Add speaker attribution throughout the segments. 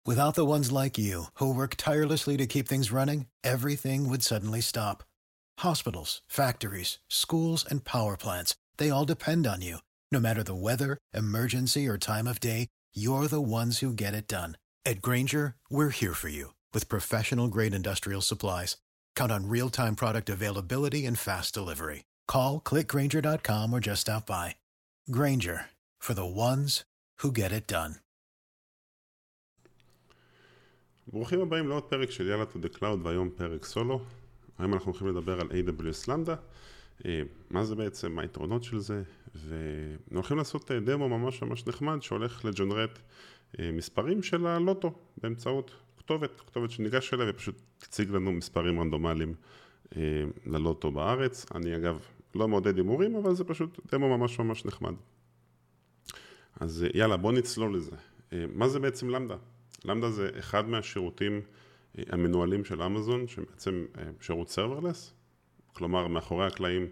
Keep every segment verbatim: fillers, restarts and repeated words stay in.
Speaker 1: Without the ones like you, who work tirelessly to keep things running, everything would suddenly stop. Hospitals, factories, schools, and power plants, they all depend on you. No matter the weather, emergency, or time of day, you're the ones who get it done. At Grainger, we're here for you with professional-grade industrial supplies. Count on real-time product availability and fast delivery. Call, click grainger dot com, or just stop by. Grainger, for the ones who get it done.
Speaker 2: ברוכים הבאים לעוד פרק של יאללה to the cloud, והיום פרק סולו. היום אנחנו הולכים לדבר על איי דאבליו אס למדה, מה זה בעצם, מה היתרונות של זה, ואנחנו הולכים לעשות דמו ממש ממש נחמד שהולך לג'נרט מספרים של הלוטו באמצעות כתובת, כתובת שניגש אליה ופשוט תציג לנו מספרים רנדומליים ללוטו בארץ. אני אגב לא מעודד הימורים, אבל זה פשוט דמו ממש ממש נחמד. אז יאללה, בוא נצלול לזה. מה זה בעצם למדה? למדה זה אחד מהשירותים המנוהלים של אמזון, שבעצם שירות סרברלס, כלומר מאחורי הקלעים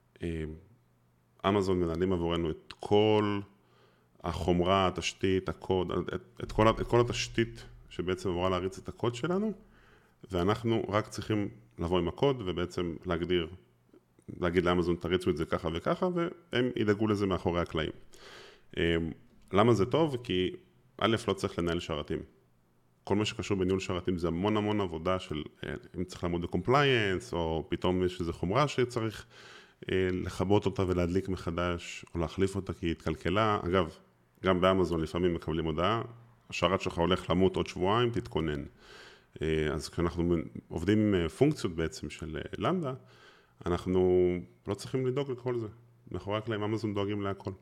Speaker 2: אמזון מנהלים עבורנו את כל החומרה, התשתית, הקוד, את, את, כל, את כל התשתית שבעצם אמורה להריץ את הקוד שלנו, ואנחנו רק צריכים לבוא עם הקוד ובעצם להגדיר, להגיד לאמזון תריצו את זה ככה וככה, והם ידאגו לזה מאחורי הקלעים. למה זה טוב? כי א', לא צריך לנהל שרתים. כל מה שקשור בניהול שרתים זה המון המון עבודה של, אם צריך לעמוד בקומפליינס, או פתאום יש איזו חומרה שצריך לכבות אותה ולהדליק מחדש, או להחליף אותה כי היא התקלקלה. אגב, גם באמזון לפעמים מקבלים הודעה, השרת שלך הולך למות עוד שבועיים, תתכונן. אז כשאנחנו עובדים עם פונקציות בעצם של למדה, אנחנו לא צריכים לדאוג לכל זה. מאחורי הקלעים אמזון דואגים להכל.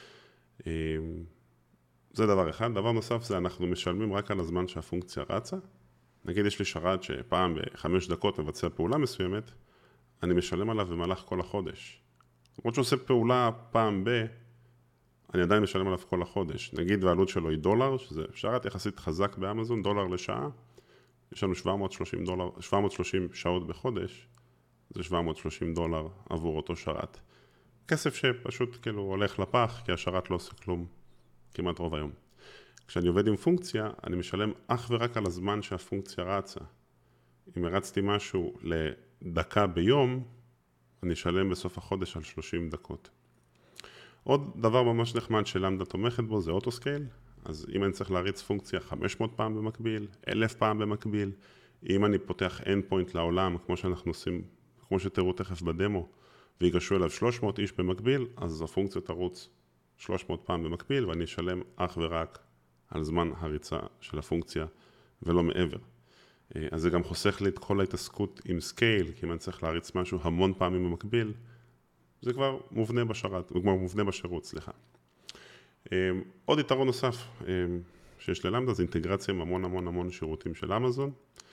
Speaker 2: זה דבר אחד. דבר נוסף זה אנחנו משלמים רק על הזמן שהפונקציה רצה. נגיד יש לי שרת שפעם בחמש דקות מבצע פעולה מסוימת, אני משלם עליו במהלך כל החודש. למרות שעושה פעולה פעם ב, אני עדיין משלם עליו כל החודש. נגיד והעלות שלו היא דולר, שזה שרת יחסית חזק באמזון, דולר לשעה. יש לנו שבע מאות ושלושים דולר, שבע מאות ושלושים שעות בחודש, זה שבע מאות ושלושים דולר עבור אותו שרת. כסף שפשוט כאילו הולך לפח, כי השרת לא עושה כלום כמעט רוב היום. כשאני עובד עם פונקציה, אני משלם אך ורק על הזמן שהפונקציה רצה. אם הרצתי משהו לדקה ביום, אני אשלם בסוף החודש על שלושים דקות. עוד דבר ממש נחמד שלמדה תומכת בו זה אוטוסקייל. אז אם אני צריך להריץ פונקציה חמש מאות פעם במקביל, אלף פעם במקביל, אם אני פותח endpoint לעולם, כמו שאנחנו עושים, כמו שתראו תכף בדמו, ויגשו אליו שלוש מאות איש במקביל, אז הפונקציה תרוץ שלוש מאות פעם במקביל, ואני אשלם אך ורק על זמן הריצה של הפונקציה, ולא מעבר. אז זה גם חוסך לי את כל ההתעסקות עם סקייל, כי אם אני צריך להריץ משהו המון פעמים במקביל, זה כבר מובנה בשרת, זה כבר מובנה בשירות, סליחה. עוד יתרון נוסף שיש ללמדה, זה אינטגרציה עם המון המון המון שירותים של אמזון.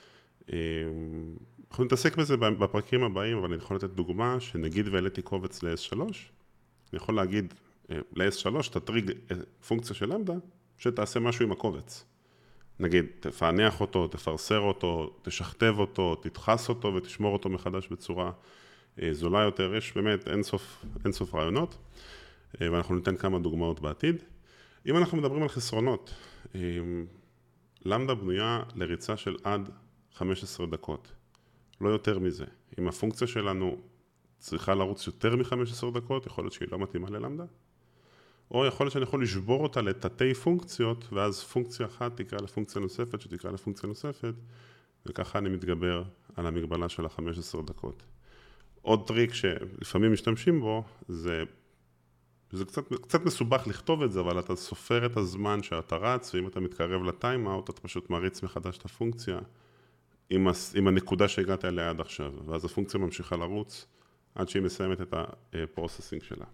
Speaker 2: אנחנו נתעסק בזה בפרקים הבאים, אבל אני יכול לתת דוגמה, שנגיד והעליתי קובץ ל-אס שלוש, אני יכול להגיד ל-אס שלוש, תטריג פונקציה של למדה, שתעשה משהו עם הקובץ. נגיד, תפענח אותו, תפרסר אותו, תשכתב אותו, תדחס אותו ותשמור אותו מחדש בצורה זולה יותר. יש באמת אינסוף, אינסוף רעיונות, ואנחנו ניתן כמה דוגמאות בעתיד. אם אנחנו מדברים על חסרונות, למדה בנויה לריצה של עד חמש עשרה דקות, לא יותר מזה. אם הפונקציה שלנו צריכה לרוץ יותר מ-חמש עשרה דקות, יכול להיות שהיא לא מתאימה ללמדה, או יכול להיות שאני יכול לשבור אותה לתתי פונקציות, ואז פונקציה אחת תקרא לפונקציה נוספת, שתקרא לפונקציה נוספת, וככה אני מתגבר על המגבלה של ה-חמש עשרה דקות. עוד טריק שלפעמים משתמשים בו, זה, זה קצת, קצת מסובך לכתוב את זה, אבל אתה סופר את הזמן שאתה רץ, ואם אתה מתקרב לטיים-אוט, אתה פשוט מריץ מחדש את הפונקציה, עם, עם הנקודה שהגעת אליה עד עכשיו, ואז הפונקציה ממשיכה לרוץ, עד שהיא מסיימת את הפרוססינג שלה.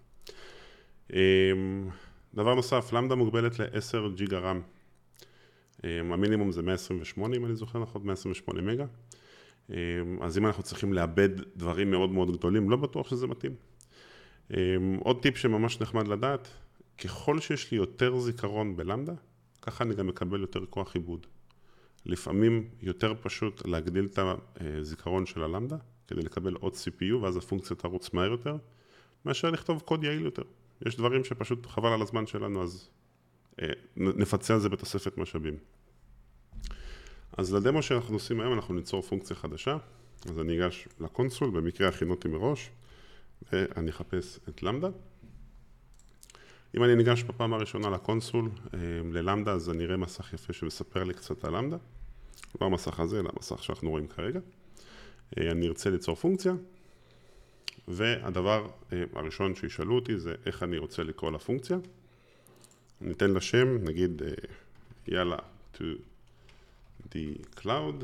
Speaker 2: דבר נוסף, למדה מוגבלת ל-עשרה ג'יגה רם. המינימום זה מאה עשרים ושמונה, אם אני זוכר נכון, מאה עשרים ושמונה מגה. אז אם אנחנו צריכים לאבד דברים מאוד מאוד גדולים, לא בטוח שזה מתאים. עוד טיפ שממש נחמד לדעת, ככל שיש לי יותר זיכרון בלמדה, ככה אני גם מקבל יותר כוח עיבוד. לפעמים יותר פשוט להגדיל את הזיכרון של הלמדה, כדי לקבל עוד סי פי יו, ואז הפונקציה תרוץ מהר יותר, מאשר לכתוב קוד יעיל יותר. יש דברים שפשוט חבל על הזמן שלנו, אז נפצה על זה בתוספת משאבים. אז לדמו שאנחנו עושים היום, אנחנו ניצור פונקציה חדשה, אז אני אגש לקונסול, במקרה הכינותי מראש, ואני אחפש את למדה. אם אני ניגש בפעם הראשונה לקונסול, ללמדה, אז אני אראה מסך יפה שמספר לי קצת על למדה. לא המסך הזה, אלא המסך שאנחנו רואים כרגע. אני ארצה ליצור פונקציה, והדבר הראשון שישאלו אותי זה איך אני רוצה לקרוא לפונקציה. ניתן לה שם, נגיד יאללה to the cloud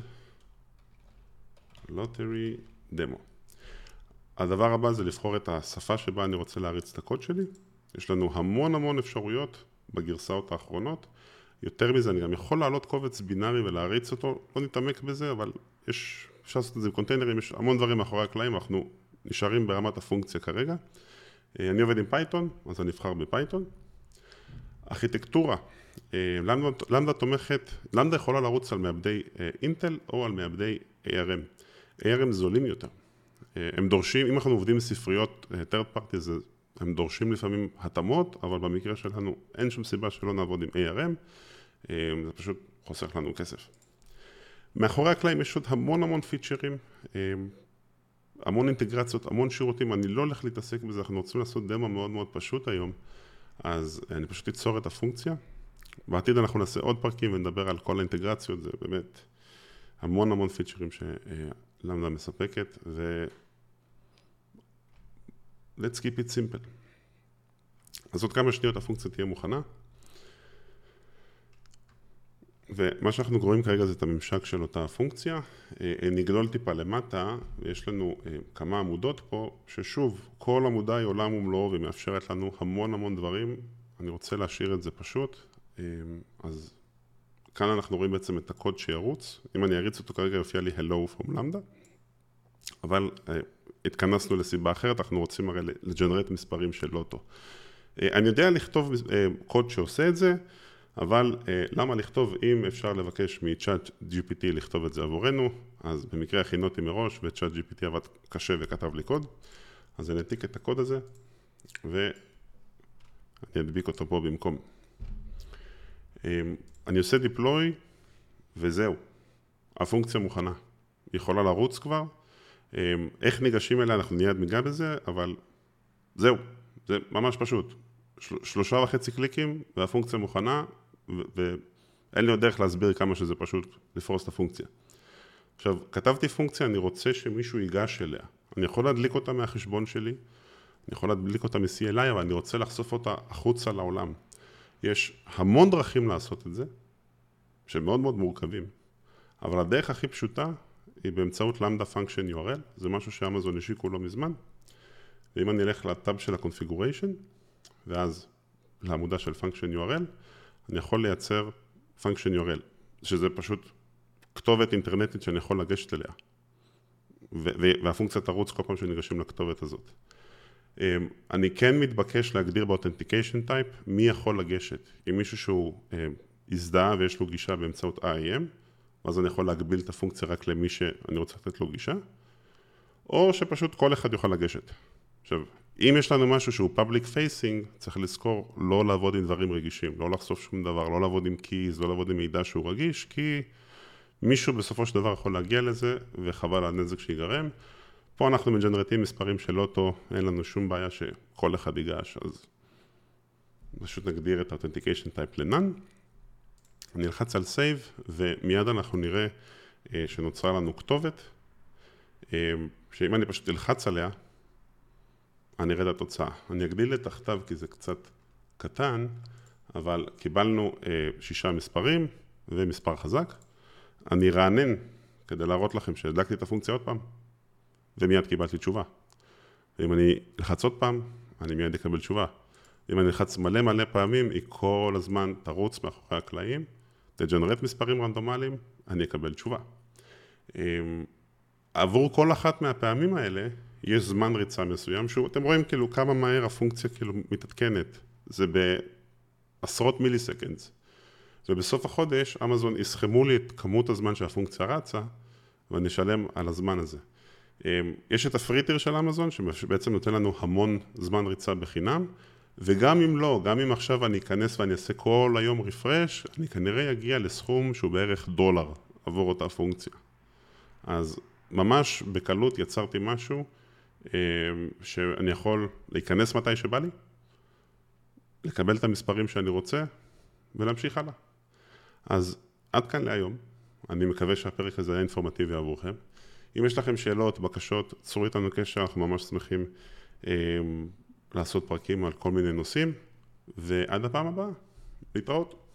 Speaker 2: lottery demo. הדבר הבא זה לבחור את השפה שבה אני רוצה להריץ את הקוד שלי. יש לנו המון המון אפשרויות בגרסאות האחרונות. יותר מזה, אני גם יכול לעלות קובץ בינארי ולהריץ אותו, לא נתעמק בזה, אבל יש, אפשר לעשות את זה עם קונטיינרים, יש המון דברים מאחורי הקלעים, אנחנו נשארים ברמת הפונקציה כרגע. אני עובד עם פייתון, אז אני אבחר בפייתון. ארכיטקטורה, למדה, למדה תומכת, למדה יכולה לרוץ על מעבדי אינטל או על מעבדי איי אר אם. איי אר אם זולים יותר. הם דורשים, אם אנחנו עובדים עם ספריות third party, זה, הם דורשים לפעמים התאמות, אבל במקרה שלנו אין שום סיבה שלא נעבוד עם איי אר אם, זה פשוט חוסך לנו כסף. מאחורי הקלעים יש עוד המון המון פיצ'רים, המון אינטגרציות, המון שירותים, אני לא הולך להתעסק בזה, אנחנו רוצים לעשות דמו מאוד מאוד פשוט היום, אז אני פשוט אצור את הפונקציה, בעתיד אנחנו נעשה עוד פרקים ונדבר על כל האינטגרציות, זה באמת המון המון פיצ'רים שלמדה מספקת, ו... let's keep it simple. אז עוד כמה שניות הפונקציה תהיה מוכנה. ומה שאנחנו רואים כרגע זה את הממשק של אותה הפונקציה. נגלול טיפה למטה, ויש לנו כמה עמודות פה, ששוב, כל עמודה היא עולם ומלואו ומאפשרת לנו המון המון דברים. אני רוצה להשאיר את זה פשוט. אז כאן אנחנו רואים בעצם את הקוד שירוץ. אם אני אריץ אותו כרגע יופיע לי hello from lambda. אבל התכנסנו לסיבה אחרת, אנחנו רוצים הרי לג'נרט מספרים של לוטו. אני יודע לכתוב קוד שעושה את זה, אבל למה לכתוב אם אפשר לבקש מצ'אט ג'י פי טי לכתוב את זה עבורנו, אז במקרה הכינותי מראש, וצ'אט ג'י פי טי עבד קשה וכתב לי קוד, אז אני אעתיק את הקוד הזה, ואני אדביק אותו פה במקום. אני עושה deploy, וזהו. הפונקציה מוכנה. היא יכולה לרוץ כבר. איך ניגשים אליה, אנחנו מיד ניגע בזה, אבל זהו. זה ממש פשוט. של, שלושה וחצי קליקים, והפונקציה מוכנה, ו- ואין לי עוד דרך להסביר כמה שזה פשוט לפרוס את הפונקציה. עכשיו, כתבתי פונקציה, אני רוצה שמישהו ייגש אליה. אני יכול להדליק אותה מהחשבון שלי, אני יכול להדליק אותה מ-סי אל איי, אבל אני רוצה לחשוף אותה החוצה לעולם. יש המון דרכים לעשות את זה, שמאוד מאוד מורכבים, אבל הדרך הכי פשוטה היא באמצעות למדה פונקשן יו אר אל, זה משהו שאמזון השיקו לא מזמן, ואם אני אלך לטאב של ה-configuration, ואז לעמודה של function יו אר אל, אני יכול לייצר function יו אר אל, שזה פשוט כתובת אינטרנטית שאני יכול לגשת אליה, והפונקציה תרוץ כל פעם שניגשים לכתובת הזאת. אני כן מתבקש להגדיר ב-authentication type מי יכול לגשת. אם מישהו שהוא הזדהה ויש לו גישה באמצעות איי אם, אז אני יכול להגביל את הפונקציה רק למי שאני רוצה לתת לו גישה, או שפשוט כל אחד יוכל לגשת. עכשיו, אם יש לנו משהו שהוא public facing, צריך לזכור לא לעבוד עם דברים רגישים, לא לחשוף שום דבר, לא לעבוד עם keys, לא לעבוד עם מידע שהוא רגיש, כי מישהו בסופו של דבר יכול להגיע לזה, וחבל על הנזק שיגרם. פה אנחנו מג'נרטים מספרים של לוטו, אין לנו שום בעיה שכל אחד ייגש, אז פשוט נגדיר את authentication type ל-none. אני אלחץ על save, ומיד אנחנו נראה שנוצרה לנו כתובת, שאם אני פשוט אלחץ עליה, אני אראה את התוצאה. אני אגדיל את תחתיו כי זה קצת קטן, אבל קיבלנו שישה מספרים ומספר חזק. אני רענן כדי להראות לכם שהדלקתי את הפונקציה עוד פעם, ומיד קיבלתי תשובה. ואם אני אלחץ עוד פעם, אני מיד אקבל תשובה. אם אני אלחץ מלא מלא פעמים, היא כל הזמן תרוץ מאחורי הקלעים, תג'נרט מספרים רנדומליים, אני אקבל תשובה. עבור כל אחת מהפעמים האלה, יש זמן ריצה מסוים, שאתם רואים כאילו כמה מהר הפונקציה כאילו מתעדכנת, זה בעשרות מיליסקנדס, ובסוף החודש אמזון יסכמו לי את כמות הזמן שהפונקציה רצה, ואני אשלם על הזמן הזה. יש את הפריטר של אמזון, שבעצם נותן לנו המון זמן ריצה בחינם, וגם אם לא, גם אם עכשיו אני אכנס ואני אעשה כל היום רפרש, אני כנראה אגיע לסכום שהוא בערך דולר עבור אותה פונקציה. אז ממש בקלות יצרתי משהו שאני יכול להיכנס מתי שבא לי, לקבל את המספרים שאני רוצה ולהמשיך הלאה. אז עד כאן להיום. אני מקווה שהפרק הזה היה אינפורמטיבי עבורכם. אם יש לכם שאלות, בקשות, צרו איתנו קשר, אנחנו ממש שמחים אה, לעשות פרקים על כל מיני נושאים, ועד הפעם הבאה, להתראות.